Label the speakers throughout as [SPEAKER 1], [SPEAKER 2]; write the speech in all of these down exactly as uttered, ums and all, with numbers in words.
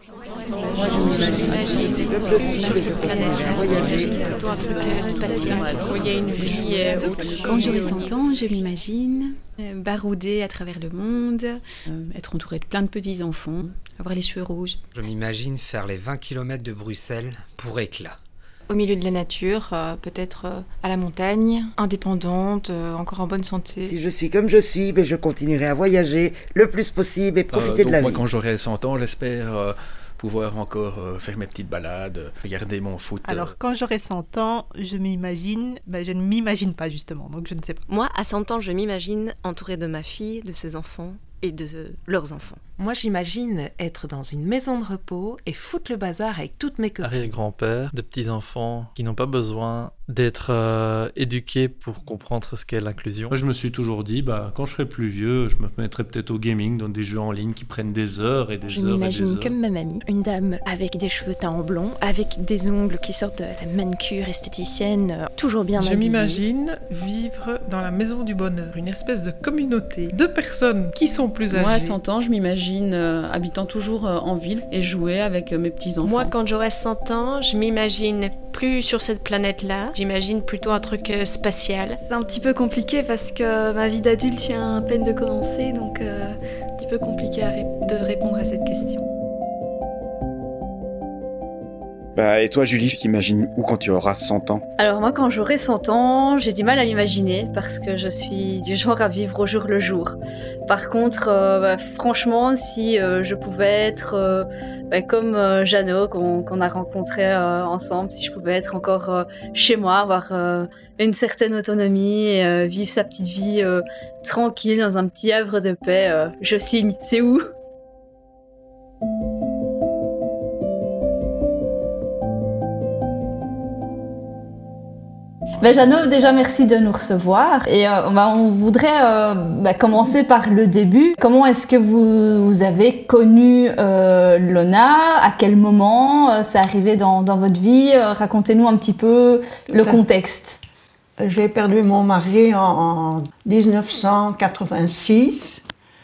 [SPEAKER 1] Moi, je m'imagine sur cette planète-là, voyager dans un truc spatial, où il y a une vie autre chose.
[SPEAKER 2] Quand j'aurai cent ans, je m'imagine euh, barouder à travers le monde, euh, être entourée de plein de petits-enfants, avoir les cheveux rouges.
[SPEAKER 3] Je m'imagine faire les vingt kilomètres de Bruxelles pour éclat.
[SPEAKER 4] Au milieu de la nature, euh, peut-être euh, à la montagne, indépendante, euh, encore en bonne santé.
[SPEAKER 5] Si je suis comme je suis, ben je continuerai à voyager le plus possible et profiter
[SPEAKER 6] euh,
[SPEAKER 5] de la
[SPEAKER 6] moi,
[SPEAKER 5] vie.
[SPEAKER 6] Quand j'aurai cent ans, j'espère euh, pouvoir encore euh, faire mes petites balades, regarder mon foot. Euh.
[SPEAKER 7] Alors, quand j'aurai cent ans, je m'imagine... Ben, je ne m'imagine pas, justement, donc je ne sais pas.
[SPEAKER 8] Moi, à cent ans, je m'imagine entourée de ma fille, de ses enfants et de leurs enfants.
[SPEAKER 9] Moi, j'imagine être dans une maison de repos et foutre le bazar avec toutes mes copines.
[SPEAKER 10] Arrière-grand-père de petits-enfants qui n'ont pas besoin d'être euh, éduqués pour comprendre ce qu'est l'inclusion.
[SPEAKER 11] Moi, je me suis toujours dit, bah, quand je serai plus vieux, je me mettrai peut-être au gaming, dans des jeux en ligne qui prennent des heures et des
[SPEAKER 12] je
[SPEAKER 11] heures et des heures.
[SPEAKER 12] Je m'imagine comme ma mamie, une dame avec des cheveux teints en blond, avec des ongles qui sortent de la manucure esthéticienne, euh, toujours bien
[SPEAKER 13] je
[SPEAKER 12] habillée.
[SPEAKER 13] Je m'imagine vivre dans la maison du bonheur, une espèce de communauté de personnes qui sont plus âgées.
[SPEAKER 14] Moi, à cent ans, je m'imagine euh, habitant toujours euh, en ville et jouer avec euh, mes petits-enfants.
[SPEAKER 1] Moi, quand j'aurai cent ans, je m'imagine plus sur cette planète-là. J'imagine plutôt un truc euh, spatial.
[SPEAKER 15] C'est un petit peu compliqué parce que ma vie d'adulte vient à peine de commencer, donc euh, un petit peu compliqué à ré- de répondre à cette question.
[SPEAKER 16] Bah, et toi, Julie, tu t'imagines où quand tu auras cent ans ?
[SPEAKER 17] Alors moi, quand j'aurai cent ans, j'ai du mal à m'imaginer parce que je suis du genre à vivre au jour le jour. Par contre, euh, bah, franchement, si euh, je pouvais être euh, bah, comme euh, Jeannot qu'on, qu'on a rencontré euh, ensemble, si je pouvais être encore euh, chez moi, avoir euh, une certaine autonomie, et, euh, vivre sa petite vie euh, tranquille dans un petit havre de paix, euh, je signe. C'est où ? Ben Jeannot, déjà merci de nous recevoir et euh, ben, on voudrait euh, ben, commencer par le début. Comment est-ce que vous, vous avez connu euh, Lona ? À quel moment euh, c'est arrivé dans, dans votre vie ? euh, Racontez-nous un petit peu le contexte.
[SPEAKER 18] J'ai perdu mon mari en, en dix-neuf cent quatre-vingt-six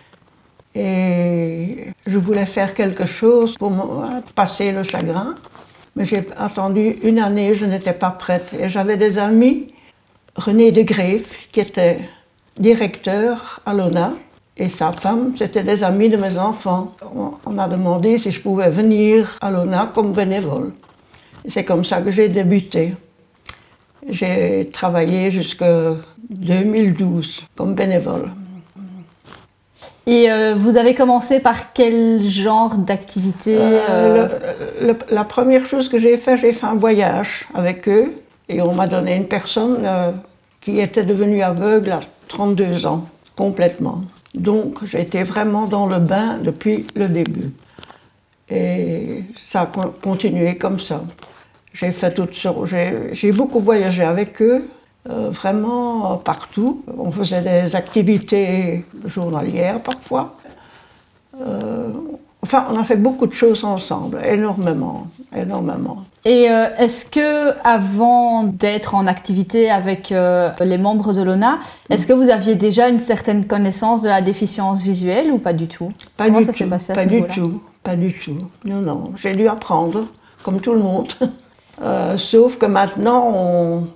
[SPEAKER 18] et je voulais faire quelque chose pour me passer le chagrin. Mais j'ai attendu une année, je n'étais pas prête. Et j'avais des amis, René de Greef, qui était directeur à Lona, et sa femme, c'était des amis de mes enfants. On m'a demandé si je pouvais venir à Lona comme bénévole. Et c'est comme ça que j'ai débuté. J'ai travaillé jusqu'en deux mille douze comme bénévole.
[SPEAKER 17] Et euh, vous avez commencé par quel genre d'activité euh...
[SPEAKER 18] Euh, le, le, La première chose que j'ai fait, j'ai fait un voyage avec eux et on m'a donné une personne euh, qui était devenue aveugle à trente-deux ans, complètement. Donc j'ai été vraiment dans le bain depuis le début. Et ça a continué comme ça. J'ai fait toutes sortes, j'ai, j'ai beaucoup voyagé avec eux. Euh, vraiment euh, partout. On faisait des activités journalières parfois. Euh, enfin, on a fait beaucoup de choses ensemble, énormément, énormément.
[SPEAKER 17] Et euh, est-ce que, avant d'être en activité avec euh, les membres de Lona, est-ce que vous aviez déjà une certaine connaissance de la déficience visuelle ou pas du tout ?
[SPEAKER 18] Pas
[SPEAKER 17] Comment
[SPEAKER 18] du
[SPEAKER 17] ça
[SPEAKER 18] tout,
[SPEAKER 17] s'est passé à
[SPEAKER 18] pas
[SPEAKER 17] ce
[SPEAKER 18] du
[SPEAKER 17] niveau-là ?
[SPEAKER 18] tout, pas du tout. Non, non, j'ai dû apprendre, comme tout le monde. euh, sauf que maintenant, on...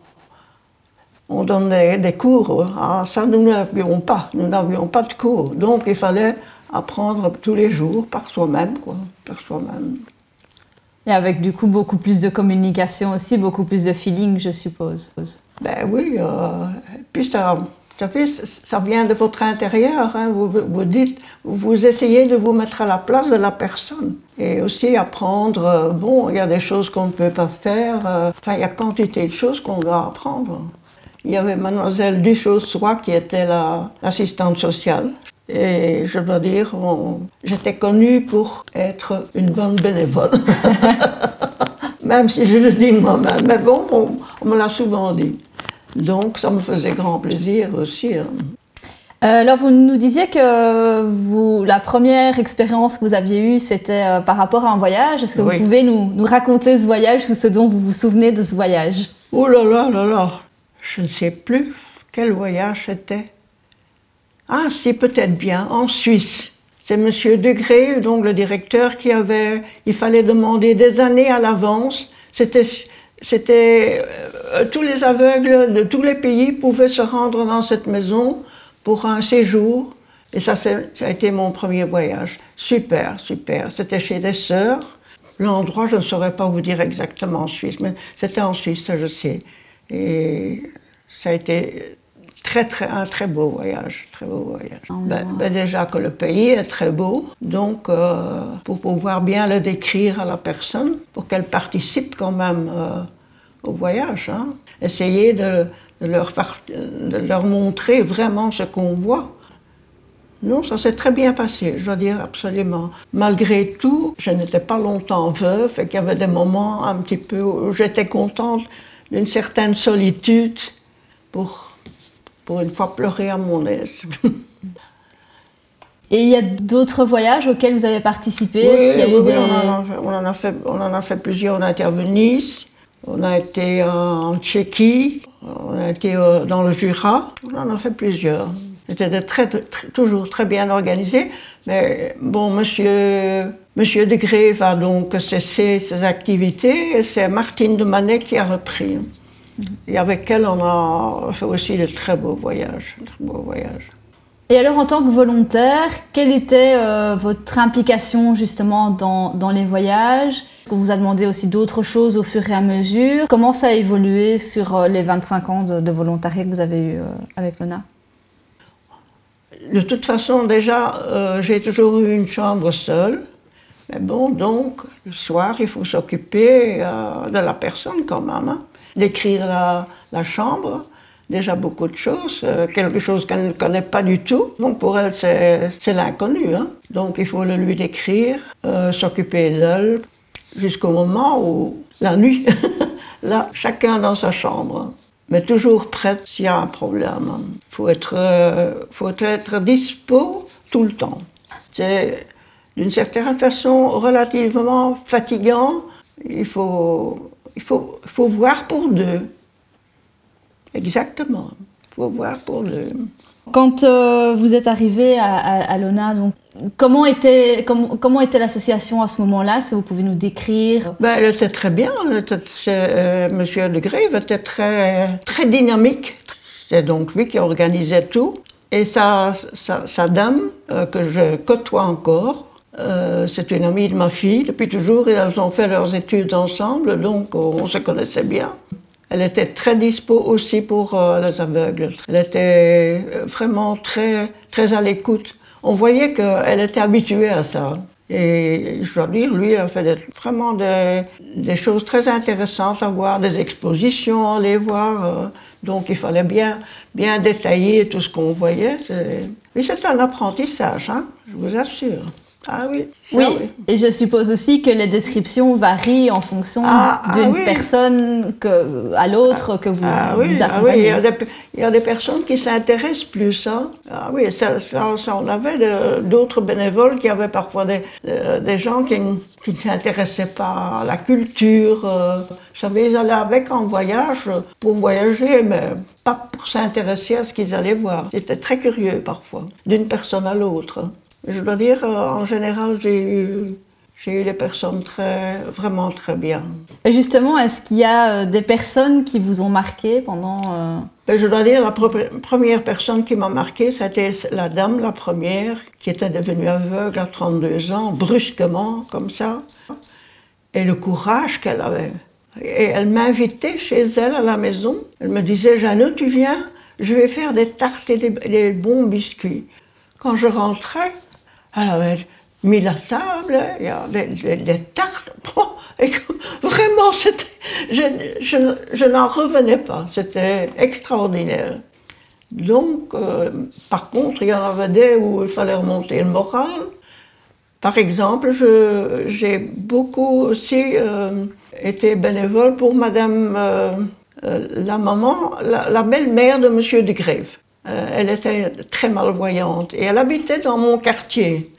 [SPEAKER 18] On donnait des cours, ah, ça nous n'avions pas, nous n'avions pas de cours. Donc il fallait apprendre tous les jours par soi-même, quoi, par soi-même.
[SPEAKER 17] Et avec du coup beaucoup plus de communication aussi, beaucoup plus de feeling, je suppose.
[SPEAKER 18] Ben oui, euh, puis ça, ça, fait, ça vient de votre intérieur, hein, vous, vous dites, vous essayez de vous mettre à la place de la personne. Et aussi apprendre, euh, bon, il y a des choses qu'on ne peut pas faire, euh, enfin il y a quantité de choses qu'on doit apprendre. Il y avait mademoiselle Duchossois qui était la, l'assistante sociale. Et je dois dire, on, j'étais connue pour être une bonne bénévole. Même si je le dis moi-même. Mais bon, on, on me l'a souvent dit. Donc ça me faisait grand plaisir aussi. Hein.
[SPEAKER 17] Euh, alors vous nous disiez que vous, la première expérience que vous aviez eue, c'était euh, par rapport à un voyage. Est-ce que oui. vous pouvez nous, nous raconter ce voyage ou ce dont vous vous souvenez de ce voyage ?
[SPEAKER 18] Oh là là là là, je ne sais plus quel voyage c'était. Ah, c'est peut-être bien, en Suisse. C'est Monsieur Degré, donc le directeur, qui avait... Il fallait demander des années à l'avance. C'était... C'était euh, tous les aveugles de tous les pays pouvaient se rendre dans cette maison pour un séjour. Et ça, ça a été mon premier voyage. Super, super. C'était chez des sœurs. L'endroit, je ne saurais pas vous dire exactement en Suisse, mais c'était en Suisse, ça je sais. Et ça a été très, très, un très beau voyage. Très beau voyage. Oh, ben, ben déjà que le pays est très beau, donc euh, pour pouvoir bien le décrire à la personne, pour qu'elle participe quand même euh, au voyage. Hein. Essayer de, de, leur de leur montrer vraiment ce qu'on voit. Non, ça s'est très bien passé, je dois dire absolument. Malgré tout, je n'étais pas longtemps veuve et qu'il y avait des moments un petit peu où j'étais contente d'une certaine solitude pour, pour une fois pleurer à mon aise.
[SPEAKER 17] Et il y a d'autres voyages auxquels vous avez participé?
[SPEAKER 18] Oui,
[SPEAKER 17] Est-ce qu'il y a
[SPEAKER 18] oui,
[SPEAKER 17] eu
[SPEAKER 18] oui
[SPEAKER 17] des...
[SPEAKER 18] on, en a, on, en a fait, on en a fait plusieurs. On a été à Venise, on a été en Tchéquie, on a été dans le Jura, on en a fait plusieurs. C'était très, très, toujours très bien organisé, mais bon, monsieur, monsieur Degré va donc cesser ses activités et c'est Martine de Manet qui a repris. Et avec elle, on a fait aussi de très beaux voyages, de très beaux voyages.
[SPEAKER 17] Et alors, en tant que volontaire, quelle était euh, votre implication justement dans, dans les voyages? On vous a demandé aussi d'autres choses au fur et à mesure. Comment ça a évolué sur euh, les vingt-cinq ans de, de volontariat que vous avez eu euh, avec l'O N A?
[SPEAKER 18] De toute façon, déjà, euh, j'ai toujours eu une chambre seule. Mais bon, donc, le soir, il faut s'occuper euh, de la personne quand même. Hein. D'écrire la, la chambre, déjà beaucoup de choses, euh, quelque chose qu'elle ne connaît pas du tout. Donc pour elle, c'est, c'est l'inconnu. Hein. Donc il faut le lui décrire, euh, s'occuper d'elle, jusqu'au moment où, la nuit, là, chacun dans sa chambre. Mais toujours prête s'il y a un problème. Il faut être, euh, faut être dispo tout le temps. C'est d'une certaine façon relativement fatigant. Il faut, il faut, il faut voir pour deux. Exactement. Il faut voir pour deux.
[SPEAKER 17] Quand euh, vous êtes arrivé à, à, à l'O N A, donc, comment était, comment, comment était l'association à ce moment-là? Est-ce que vous pouvez nous décrire?
[SPEAKER 18] Ben, elle était très bien. Elle était, euh, Monsieur Degré était très, très dynamique. C'est donc lui qui organisait tout. Et sa, sa, sa dame, euh, que je côtoie encore, euh, c'est une amie de ma fille depuis toujours. Et elles ont fait leurs études ensemble, donc on se connaissait bien. Elle était très dispo aussi pour euh, les aveugles. Elle était vraiment très, très à l'écoute. On voyait qu'elle était habituée à ça. Et je dois dire, lui, il a fait des, vraiment des, des choses très intéressantes à voir, des expositions à les voir. Euh, donc il fallait bien, bien détailler tout ce qu'on voyait. C'est... Mais c'est un apprentissage, hein, je vous assure. Ah oui, ça,
[SPEAKER 17] oui.
[SPEAKER 18] oui.
[SPEAKER 17] Et je suppose aussi que les descriptions varient en fonction
[SPEAKER 18] ah,
[SPEAKER 17] d'une
[SPEAKER 18] ah, oui.
[SPEAKER 17] personne que, à l'autre
[SPEAKER 18] ah,
[SPEAKER 17] que vous,
[SPEAKER 18] ah,
[SPEAKER 17] vous
[SPEAKER 18] oui,
[SPEAKER 17] accompagnez.
[SPEAKER 18] Ah, oui, il y a des, il y a des personnes qui s'intéressent plus. Hein. Ah oui, ça, ça, ça, on avait de, d'autres bénévoles qui avaient parfois des, euh, des gens qui, qui ne s'intéressaient pas à la culture. Euh, vous savez, ils allaient avec en voyage pour voyager, mais pas pour s'intéresser à ce qu'ils allaient voir. Ils étaient très curieux parfois, d'une personne à l'autre. Je dois dire, en général, j'ai eu, j'ai eu des personnes très, vraiment très bien.
[SPEAKER 17] Et justement, est-ce qu'il y a des personnes qui vous ont marqué pendant... Euh...
[SPEAKER 18] Ben, je dois dire, la pre- première personne qui m'a marqué, c'était la dame, la première, qui était devenue aveugle à trente-deux ans, brusquement, comme ça. Et le courage qu'elle avait. Et elle m'invitait chez elle à la maison. Elle me disait, Jeannot, tu viens, je vais faire des tartes et des, des bons biscuits. Quand je rentrais, elle avait mis la table, il y a des, des, des tartes. Oh, et vraiment, c'était, je, je, je n'en revenais pas. C'était extraordinaire. Donc, euh, par contre, il y en avait des où il fallait remonter le moral. Par exemple, je, j'ai beaucoup aussi euh, été bénévole pour Madame euh, euh, la maman, la, la belle-mère de Monsieur Degré. Euh, elle était très malvoyante et elle habitait dans mon quartier.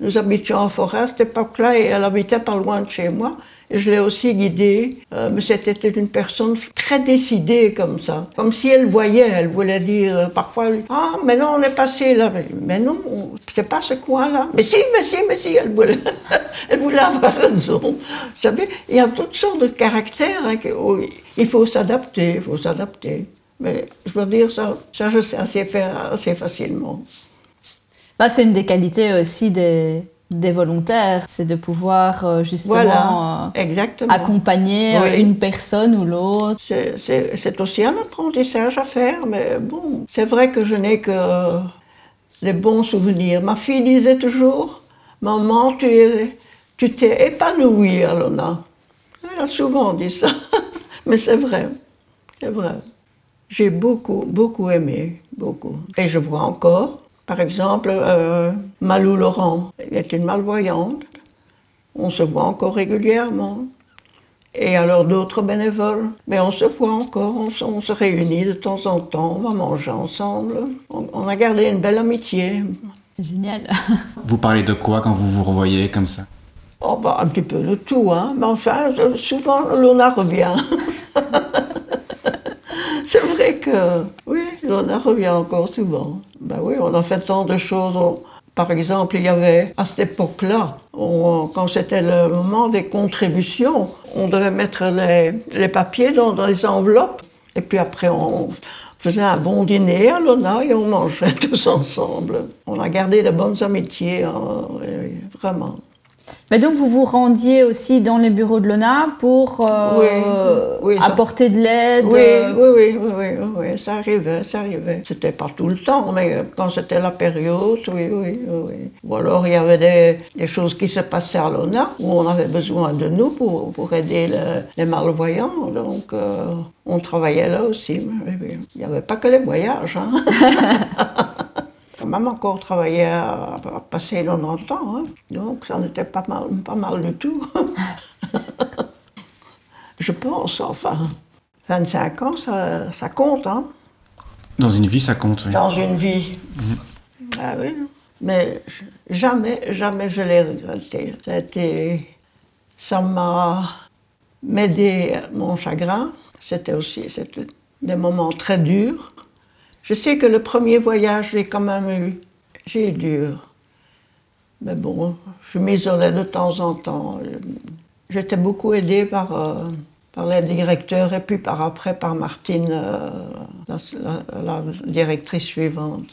[SPEAKER 18] Nous habitions en forêt à cette époque-là et elle habitait pas loin de chez moi. Et je l'ai aussi guidée, euh, mais c'était une personne très décidée comme ça. Comme si elle voyait, elle voulait dire euh, parfois « Ah, mais non, on est passé là. » Mais non, c'est pas ce coin-là. Mais si, mais si, mais si, elle voulait, elle voulait avoir raison. Vous savez, il y a toutes sortes de caractères. Hein, que, oh, il faut s'adapter, il faut s'adapter. Mais je veux dire, ça, ça je sais assez faire assez facilement.
[SPEAKER 17] Bah, c'est une des qualités aussi des... des volontaires, c'est de pouvoir euh, justement
[SPEAKER 18] voilà,
[SPEAKER 17] euh, accompagner
[SPEAKER 18] oui.
[SPEAKER 17] une personne ou l'autre.
[SPEAKER 18] C'est, c'est, c'est aussi un apprentissage à faire, mais bon, c'est vrai que je n'ai que les bons souvenirs. Ma fille disait toujours, maman, tu, es, tu t'es épanouie, Alona. Elle a souvent dit ça, mais c'est vrai, c'est vrai. J'ai beaucoup, beaucoup aimé, beaucoup. Et je vois encore. Par exemple, euh, Malou Laurent, elle est une malvoyante. On se voit encore régulièrement. Et alors d'autres bénévoles. Mais on se voit encore, on se, on se réunit de temps en temps, on va manger ensemble. On, on a gardé une belle amitié.
[SPEAKER 17] C'est génial.
[SPEAKER 19] Vous parlez de quoi quand vous vous revoyez comme ça?
[SPEAKER 18] Oh, bah, un petit peu de tout, hein. Mais enfin, souvent, Lona revient. C'est vrai que, oui, Lona revient encore souvent. Ben oui, on a fait tant de choses. On, par exemple, il y avait, à cette époque-là, on, quand c'était le moment des contributions, on devait mettre les, les papiers dans, dans les enveloppes. Et puis après, on faisait un bon dîner à Lona et on mangeait tous ensemble. On a gardé de bonnes amitiés, hein, oui, vraiment.
[SPEAKER 17] Mais donc vous vous rendiez aussi dans les bureaux de Lona pour euh,
[SPEAKER 18] oui, oui,
[SPEAKER 17] apporter de l'aide?
[SPEAKER 18] Oui, oui, oui, oui, oui, oui, ça arrivait, ça arrivait. C'était pas tout le temps, mais quand c'était la période, oui, oui, oui. Ou alors il y avait des, des choses qui se passaient à Lona où on avait besoin de nous pour, pour aider le, les malvoyants, donc euh, on travaillait là aussi. Oui, oui. Il n'y avait pas que les voyages, hein. Maman encore travaillait à, à passer quatre-vingt-dix ans, hein. Donc ça n'était pas mal, pas mal du tout. Je pense, enfin, vingt-cinq ans, ça, ça compte, hein.
[SPEAKER 19] Dans une vie, ça compte, oui.
[SPEAKER 18] Dans une vie. Mmh. Ah oui, mais jamais, jamais je l'ai regretté. Ça a été, ça m'a m'aidé mon chagrin. C'était aussi, c'était des moments très durs. Je sais que le premier voyage, j'ai quand même eu, j'ai eu dur. Mais bon, je m'isolais de temps en temps. J'étais beaucoup aidée par, euh, par les directeurs et puis par après par Martine, euh, la, la, la directrice suivante.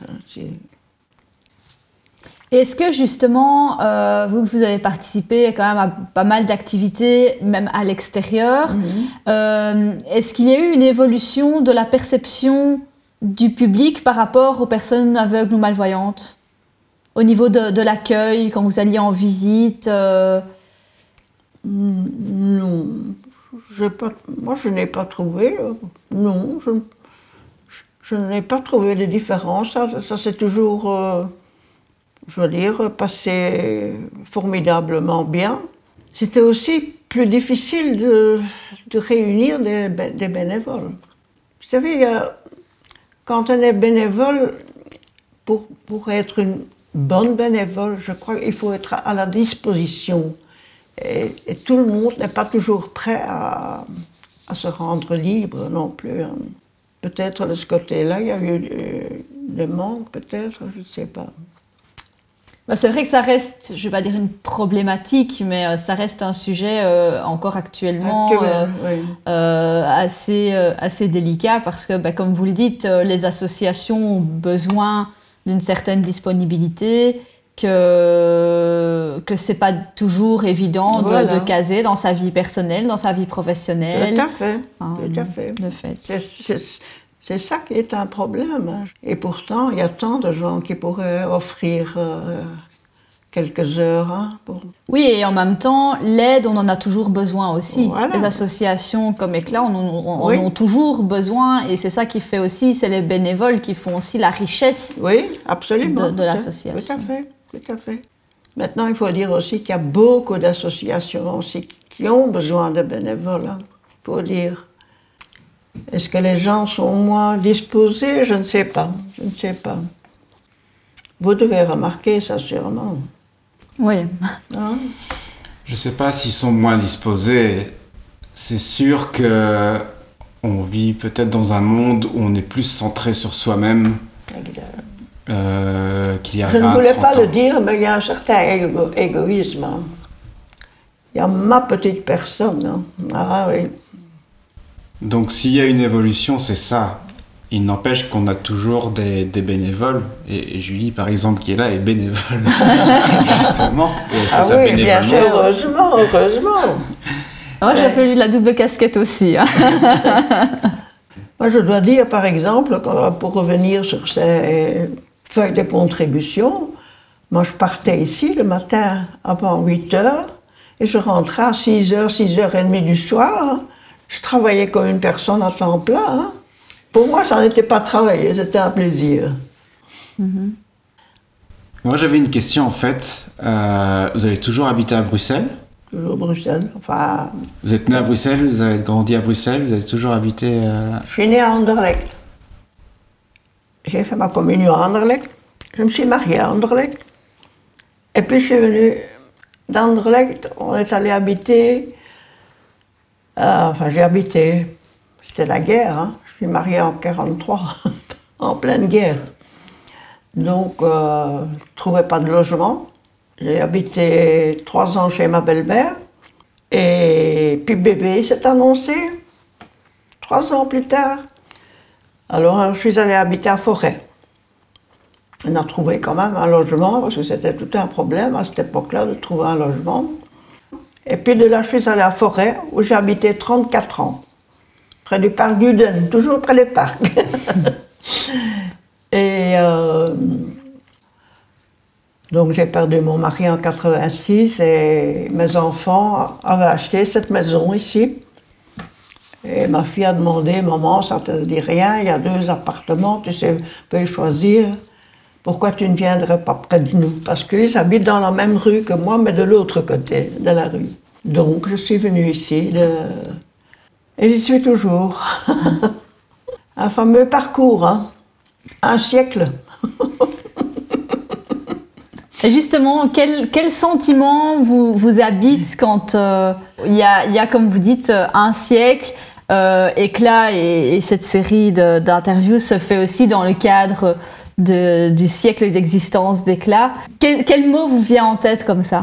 [SPEAKER 17] Et est-ce que justement, euh, vous, vous avez participé quand même à pas mal d'activités, même à l'extérieur, mmh. euh, est-ce qu'il y a eu une évolution de la perception du public par rapport aux personnes aveugles ou malvoyantes? Au niveau de, de l'accueil, quand vous alliez en visite euh...
[SPEAKER 18] Non, j'ai pas, moi je n'ai pas trouvé, euh, non, je, je, je n'ai pas trouvé de différence. Ça, ça c'est toujours, euh, je veux dire, passé formidablement bien. C'était aussi plus difficile de, de réunir des, des bénévoles. Vous savez, il y a, quand on est bénévole, pour, pour être une bonne bénévole, je crois qu'il faut être à la disposition. Et, et tout le monde n'est pas toujours prêt à, à se rendre libre non plus. Hein. Peut-être de ce côté-là, il y a eu euh, des manques, peut-être, je ne sais pas.
[SPEAKER 17] Bah, c'est vrai que ça reste, je ne vais pas dire une problématique, mais euh, ça reste un sujet euh, encore actuellement
[SPEAKER 18] Actuel,
[SPEAKER 17] euh,
[SPEAKER 18] oui.
[SPEAKER 17] euh, assez, euh, assez délicat parce que, bah, comme vous le dites, euh, les associations ont besoin d'une certaine disponibilité, que, que ce n'est pas toujours évident de,
[SPEAKER 18] voilà.
[SPEAKER 17] de caser dans sa vie personnelle, dans sa vie professionnelle.
[SPEAKER 18] Tout à fait,
[SPEAKER 17] hein,
[SPEAKER 18] tout à fait.
[SPEAKER 17] De fait.
[SPEAKER 18] C'est, c'est, c'est ça qui est un problème. Hein. Et pourtant, il y a tant de gens qui pourraient offrir euh, quelques heures. Hein, pour...
[SPEAKER 17] Oui, et en même temps, l'aide, on en a toujours besoin aussi.
[SPEAKER 18] Voilà.
[SPEAKER 17] Les associations comme Éclat, on, on, on
[SPEAKER 18] oui.
[SPEAKER 17] en a toujours besoin. Et c'est ça qui fait aussi, c'est les bénévoles qui font aussi la richesse
[SPEAKER 18] oui, absolument,
[SPEAKER 17] de, de l'association.
[SPEAKER 18] Tout à fait, tout à fait. Maintenant, il faut dire aussi qu'il y a beaucoup d'associations aussi qui ont besoin de bénévoles. Il hein, faut dire. Est-ce que les gens sont moins disposés? Je ne sais pas, je ne sais pas. Vous devez remarquer ça sûrement.
[SPEAKER 17] Oui.
[SPEAKER 18] Hein?
[SPEAKER 19] Je ne sais pas s'ils sont moins disposés. C'est sûr que on vit peut-être dans un monde où on est plus centré sur soi-même. Euh, qu'il y a
[SPEAKER 18] Je
[SPEAKER 19] vingt,
[SPEAKER 18] ne voulais pas
[SPEAKER 19] ans.
[SPEAKER 18] le dire, mais il y a un certain égo- égoïsme. Hein. Il y a ma petite personne. Hein. Ah oui.
[SPEAKER 19] Donc s'il y a une évolution, c'est ça. Il n'empêche qu'on a toujours des, des bénévoles. Et, et Julie, par exemple, qui est là, est bénévole. Justement. Et elle fait
[SPEAKER 18] Ah
[SPEAKER 19] ça
[SPEAKER 18] oui, bien sûr,
[SPEAKER 19] bénévolement.
[SPEAKER 18] heureusement, heureusement.
[SPEAKER 17] Moi, j'ai fait la double casquette aussi. Hein.
[SPEAKER 18] Moi, je dois dire, par exemple, que pour revenir sur ces feuilles de contribution, moi, je partais ici le matin avant huit heures et je rentrais à six heures, six heures trente du soir. Hein. Je travaillais comme une personne à temps plein. Hein. Pour moi, ça n'était pas travailler, c'était un plaisir.
[SPEAKER 19] Mm-hmm. Moi, j'avais une question, en fait. Euh, vous avez toujours habité à Bruxelles ?
[SPEAKER 18] Toujours Bruxelles, enfin...
[SPEAKER 19] Vous êtes né à Bruxelles, vous avez grandi à Bruxelles, vous avez toujours habité... Euh...
[SPEAKER 18] Je suis née à Anderlecht. J'ai fait ma communion à Anderlecht. Je me suis mariée à Anderlecht. Et puis je suis venue d'Anderlecht, on est allé habiter... Euh, enfin, j'ai habité... C'était la guerre, hein. Je suis mariée en quarante-trois, en pleine guerre. Donc, euh, je ne trouvais pas de logement. J'ai habité trois ans chez ma belle-mère. Et puis bébé s'est annoncé, trois ans plus tard. Alors, je suis allée habiter à Forêt. On a trouvé quand même un logement, parce que c'était tout un problème à cette époque-là de trouver un logement. Et puis de là, je suis allée à Forêt, où j'ai habité trente-quatre ans. Près du parc d'Uden, toujours près des parcs. Et euh, donc j'ai perdu mon mari en quatre-vingt-six et mes enfants avaient acheté cette maison ici. Et ma fille a demandé, maman, ça te dit rien, il y a deux appartements, tu sais, peux choisir. Pourquoi tu ne viendrais pas près de nous? Parce qu'ils habitent dans la même rue que moi, mais de l'autre côté de la rue. Donc je suis venue ici de... et j'y suis toujours. Un fameux parcours, hein. Un siècle.
[SPEAKER 17] Et justement, quel, quel sentiment vous, vous habite quand il euh, y, a, y a, comme vous dites, un siècle euh, Éclat et, et cette série de, d'interviews se fait aussi dans le cadre de, du siècle d'existence d'Éclat. Quel, quel mot vous vient en tête comme ça?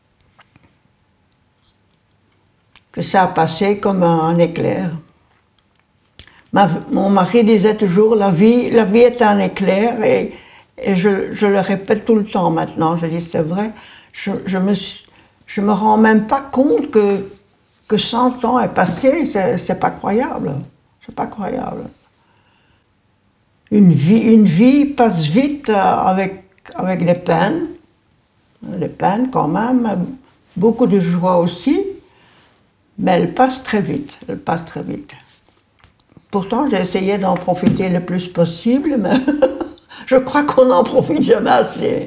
[SPEAKER 18] Que ça a passé comme un, un éclair. Ma, mon mari disait toujours, la vie, la vie est un éclair, et, et je, je le répète tout le temps maintenant, je dis c'est vrai, je, je, me, je me rends même pas compte que, que cent ans est passé, c'est, c'est pas croyable, c'est pas croyable. Une vie, une vie passe vite avec, avec des peines, des peines quand même, beaucoup de joie aussi, mais elle passe très vite, elle passe très vite. Pourtant, j'ai essayé d'en profiter le plus possible, mais je crois qu'on n'en profite jamais assez.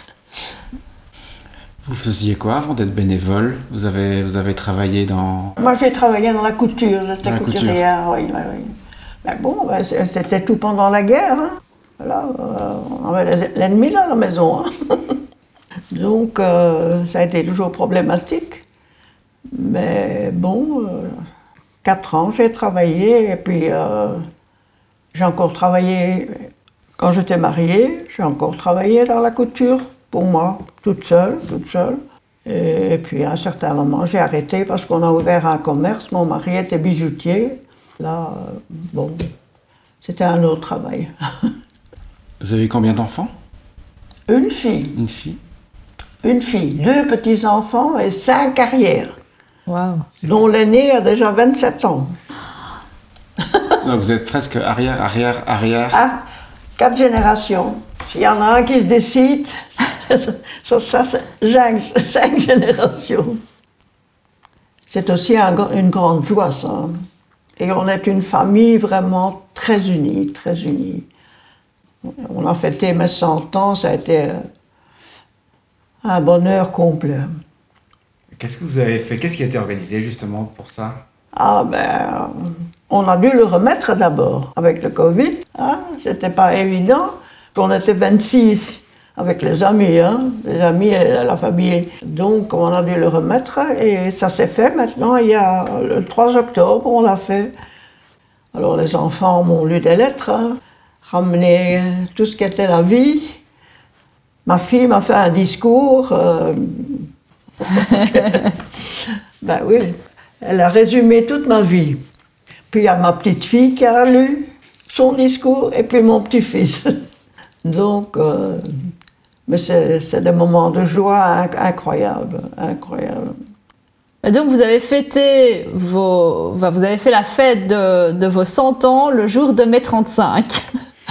[SPEAKER 19] Vous faisiez quoi avant d'être bénévole? Vous avez, vous avez travaillé dans...
[SPEAKER 18] Moi, j'ai travaillé dans la couture, j'étais
[SPEAKER 19] la
[SPEAKER 18] couturière, oui, oui, oui. Mais bon, c'était tout pendant la guerre, hein. Voilà, euh, on avait l'ennemi dans la maison, hein. Donc, euh, ça a été toujours problématique. Mais bon... Euh, Quatre ans, j'ai travaillé, et puis euh, j'ai encore travaillé, quand j'étais mariée, j'ai encore travaillé dans la couture, pour moi, toute seule, toute seule. Et, et puis à un certain moment, j'ai arrêté parce qu'on a ouvert un commerce, mon mari était bijoutier. Là, euh, bon, c'était un autre travail.
[SPEAKER 19] Vous avez combien d'enfants?
[SPEAKER 18] Une fille.
[SPEAKER 19] Une fille?
[SPEAKER 18] Une fille, deux petits-enfants et cinq arrières.
[SPEAKER 17] Wow.
[SPEAKER 18] Dont l'aîné a déjà vingt-sept ans.
[SPEAKER 19] Donc vous êtes presque arrière, arrière, arrière.
[SPEAKER 18] Ah, quatre générations. S'il y en a un qui se décide, ça, ça c'est cinq, cinq générations. C'est aussi un, une grande joie, ça. Et on est une famille vraiment très unie, très unie. On a fêté mes cent ans, ça a été un bonheur complet.
[SPEAKER 19] Qu'est-ce que vous avez fait? Qu'est-ce qui a été organisé justement pour ça?
[SPEAKER 18] Ah ben, on a dû le remettre d'abord avec le Covid. Hein, c'était pas évident. On était vingt-six avec les amis, hein, les amis et la famille. Donc on a dû le remettre et ça s'est fait maintenant, il y a le trois octobre, on l'a fait. Alors les enfants m'ont lu des lettres, hein, ramené tout ce qu'était la vie. Ma fille m'a fait un discours. Euh... ben oui, elle a résumé toute ma vie. Puis il y a ma petite fille qui a lu son discours et puis mon petit-fils. Donc, euh... mais c'est, c'est des moments de joie incroyables, incroyables.
[SPEAKER 17] Et donc vous avez fêté vos, enfin, vous avez fait la fête de, de vos cent ans le jour de mai trente-cinq.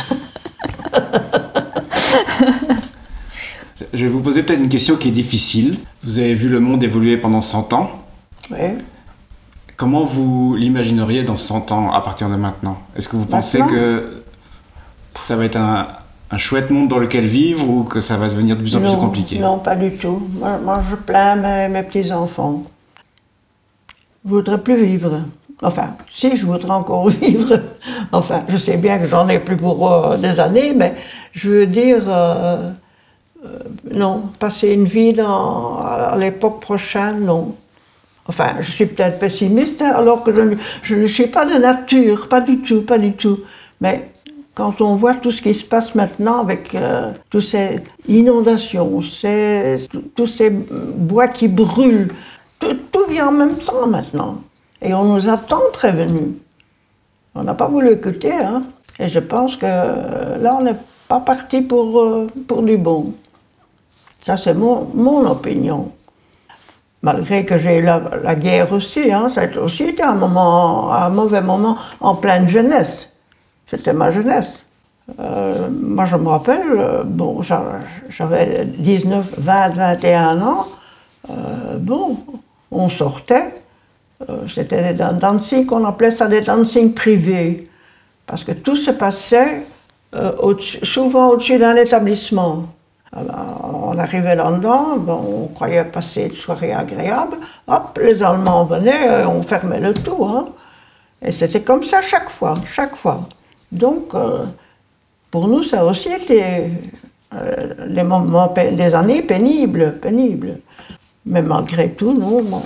[SPEAKER 19] Je vais vous poser peut-être une question qui est difficile. Vous avez vu le monde évoluer pendant cent ans.
[SPEAKER 18] Oui.
[SPEAKER 19] Comment vous l'imagineriez dans cent ans à partir de maintenant? Est-ce que vous pensez
[SPEAKER 18] maintenant
[SPEAKER 19] que ça va être un, un chouette monde dans lequel vivre ou que ça va devenir de plus en
[SPEAKER 18] non,
[SPEAKER 19] plus compliqué?
[SPEAKER 18] Non, pas du tout. Moi, moi je plains mes, mes petits-enfants. Je ne voudrais plus vivre. Enfin, si, je voudrais encore vivre. Enfin, je sais bien que j'en ai plus pour euh, des années, mais je veux dire... Euh, Euh, non, passer une vie dans, à l'époque prochaine, non. Enfin, je suis peut-être pessimiste, hein, alors que je ne, je ne suis pas de nature, pas du tout, pas du tout. Mais quand on voit tout ce qui se passe maintenant avec euh, toutes ces inondations, ces, tous ces bois qui brûlent, tout, tout vient en même temps maintenant. Et on nous a tant prévenus. On n'a pas voulu écouter, hein. Et je pense que euh, là, on n'est pas parti pour, euh, pour du bon. Ça, c'est mon, mon opinion. Malgré que j'ai eu la, la guerre aussi, hein, ça a aussi été un, moment, un mauvais moment en pleine jeunesse. C'était ma jeunesse. Euh, moi, je me rappelle, euh, bon, j'avais dix-neuf, vingt, vingt et un ans. Euh, bon, on sortait. Euh, C'était des dancing, on appelait ça des dancing privés. Parce que tout se passait euh, au souvent au-dessus d'un établissement. Alors, on arrivait là-dedans, bon, on croyait passer une soirée agréable. Hop, les Allemands venaient, on fermait le tout. Hein. Et c'était comme ça chaque fois, chaque fois. Donc, euh, pour nous, ça a aussi été euh, des moments, des années pénibles, pénibles. Mais malgré tout, non, bon,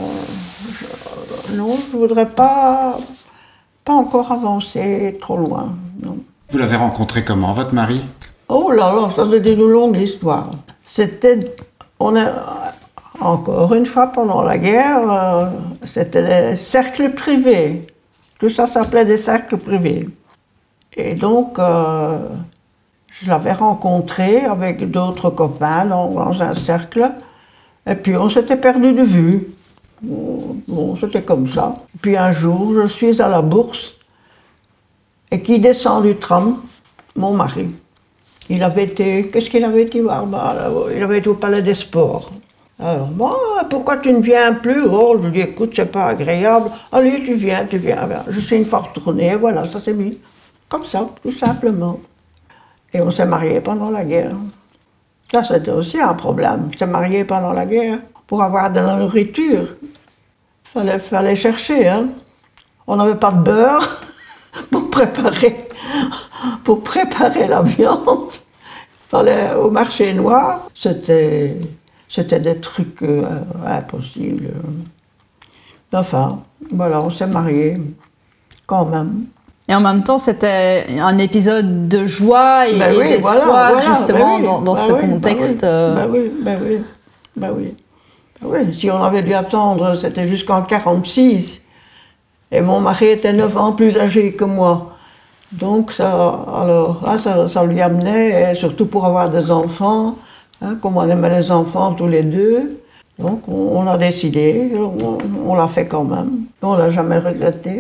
[SPEAKER 18] je, non, je voudrais pas, pas encore avancer trop loin. Non.
[SPEAKER 19] Vous l'avez rencontré comment, votre mari?
[SPEAKER 18] Oh là là, ça c'était une longue histoire. C'était, on a, encore une fois pendant la guerre, euh, c'était des cercles privés. Tout ça s'appelait des cercles privés. Et donc, euh, je l'avais rencontré avec d'autres copains dans, dans un cercle. Et puis on s'était perdu de vue. Bon, c'était comme ça. Puis un jour, je suis à la bourse. Et qui descend du tram? Mon mari. Il avait été, qu'est-ce qu'il avait été voir? Bah, il avait été au Palais des Sports. Alors, moi, pourquoi tu ne viens plus? Oh, je lui dis, écoute, c'est pas agréable. Allez, tu viens, tu viens. Je suis une fois retournée, voilà, ça s'est mis. Comme ça, tout simplement. Et on s'est mariés pendant la guerre. Ça, c'était aussi un problème. Se marier pendant la guerre, pour avoir de la nourriture. Fallait, fallait chercher, hein. On n'avait pas de beurre pour préparer, pour préparer la viande. Fallait au marché noir. C'était, c'était des trucs euh, impossibles. Enfin, voilà, on s'est mariés, quand même.
[SPEAKER 17] Et en même temps, c'était un épisode de joie et,
[SPEAKER 18] ben oui,
[SPEAKER 17] et d'espoir,
[SPEAKER 18] voilà, voilà,
[SPEAKER 17] justement,
[SPEAKER 18] ben oui,
[SPEAKER 17] dans, dans
[SPEAKER 18] ben
[SPEAKER 17] ce
[SPEAKER 18] oui,
[SPEAKER 17] contexte.
[SPEAKER 18] Ben oui, ben oui, ben oui, ben oui. oui. Si on avait dû attendre, c'était jusqu'en quarante-six. Et mon mari était neuf ans plus âgé que moi. Donc, ça, alors, ah, ça, ça lui amenait, et surtout pour avoir des enfants, hein, comme on aimait les enfants tous les deux. Donc, on, on a décidé, on, on l'a fait quand même. On l'a jamais regretté.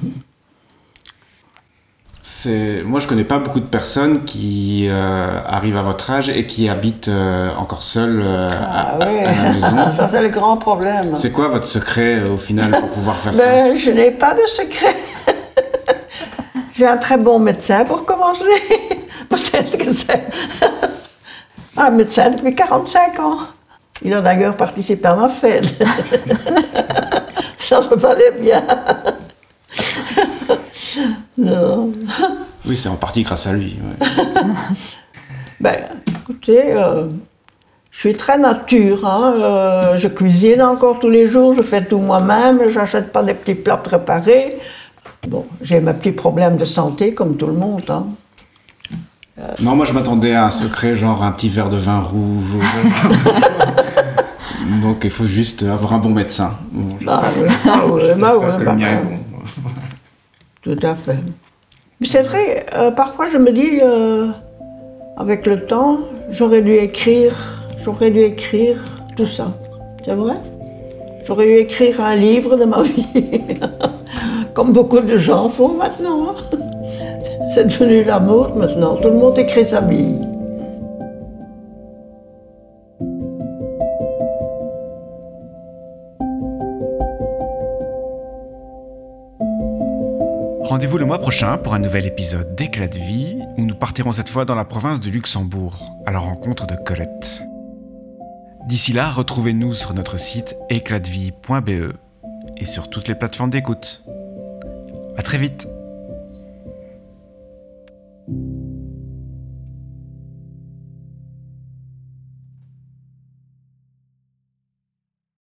[SPEAKER 19] C'est... Moi, je connais pas beaucoup de personnes qui euh, arrivent à votre âge et qui habitent euh, encore seules euh,
[SPEAKER 18] ah,
[SPEAKER 19] à,
[SPEAKER 18] oui.
[SPEAKER 19] à la maison.
[SPEAKER 18] Ça, c'est le grand problème.
[SPEAKER 19] C'est quoi votre secret, euh, au final, pour pouvoir faire
[SPEAKER 18] ben,
[SPEAKER 19] ça?
[SPEAKER 18] Je n'ai pas de secret. J'ai un très bon médecin pour commencer. Peut-être que c'est un médecin depuis quarante-cinq ans. Il a d'ailleurs participé à ma fête. Ça me valait bien. Non.
[SPEAKER 19] Oui, c'est en partie grâce à lui. Ouais.
[SPEAKER 18] Ben, écoutez, euh, je suis très nature. Hein, euh, je cuisine encore tous les jours, je fais tout moi-même, j'achète pas des petits plats préparés. Bon, j'ai mes petits problèmes de santé, comme tout le monde. Hein.
[SPEAKER 19] Euh, non, moi je m'attendais à un secret, genre un petit verre de vin rouge. Donc il faut juste avoir un bon médecin. Bon,
[SPEAKER 18] ah oui, ah oui, bah oui, bah oui.
[SPEAKER 19] Bon.
[SPEAKER 18] Tout à fait. Mais c'est vrai, euh, parfois je me dis, euh, avec le temps, j'aurais dû écrire, j'aurais dû écrire tout ça. C'est vrai? J'aurais dû écrire un livre de ma vie, comme beaucoup de gens font maintenant. Hein. C'est devenu la mode maintenant, tout le monde écrit sa vie.
[SPEAKER 20] Rendez-vous le mois prochain pour un nouvel épisode d'Éclat de vie, où nous partirons cette fois dans la province de Luxembourg, à la rencontre de Colette. D'ici là, retrouvez-nous sur notre site éclat de vie point b e et sur toutes les plateformes d'écoute. À très vite!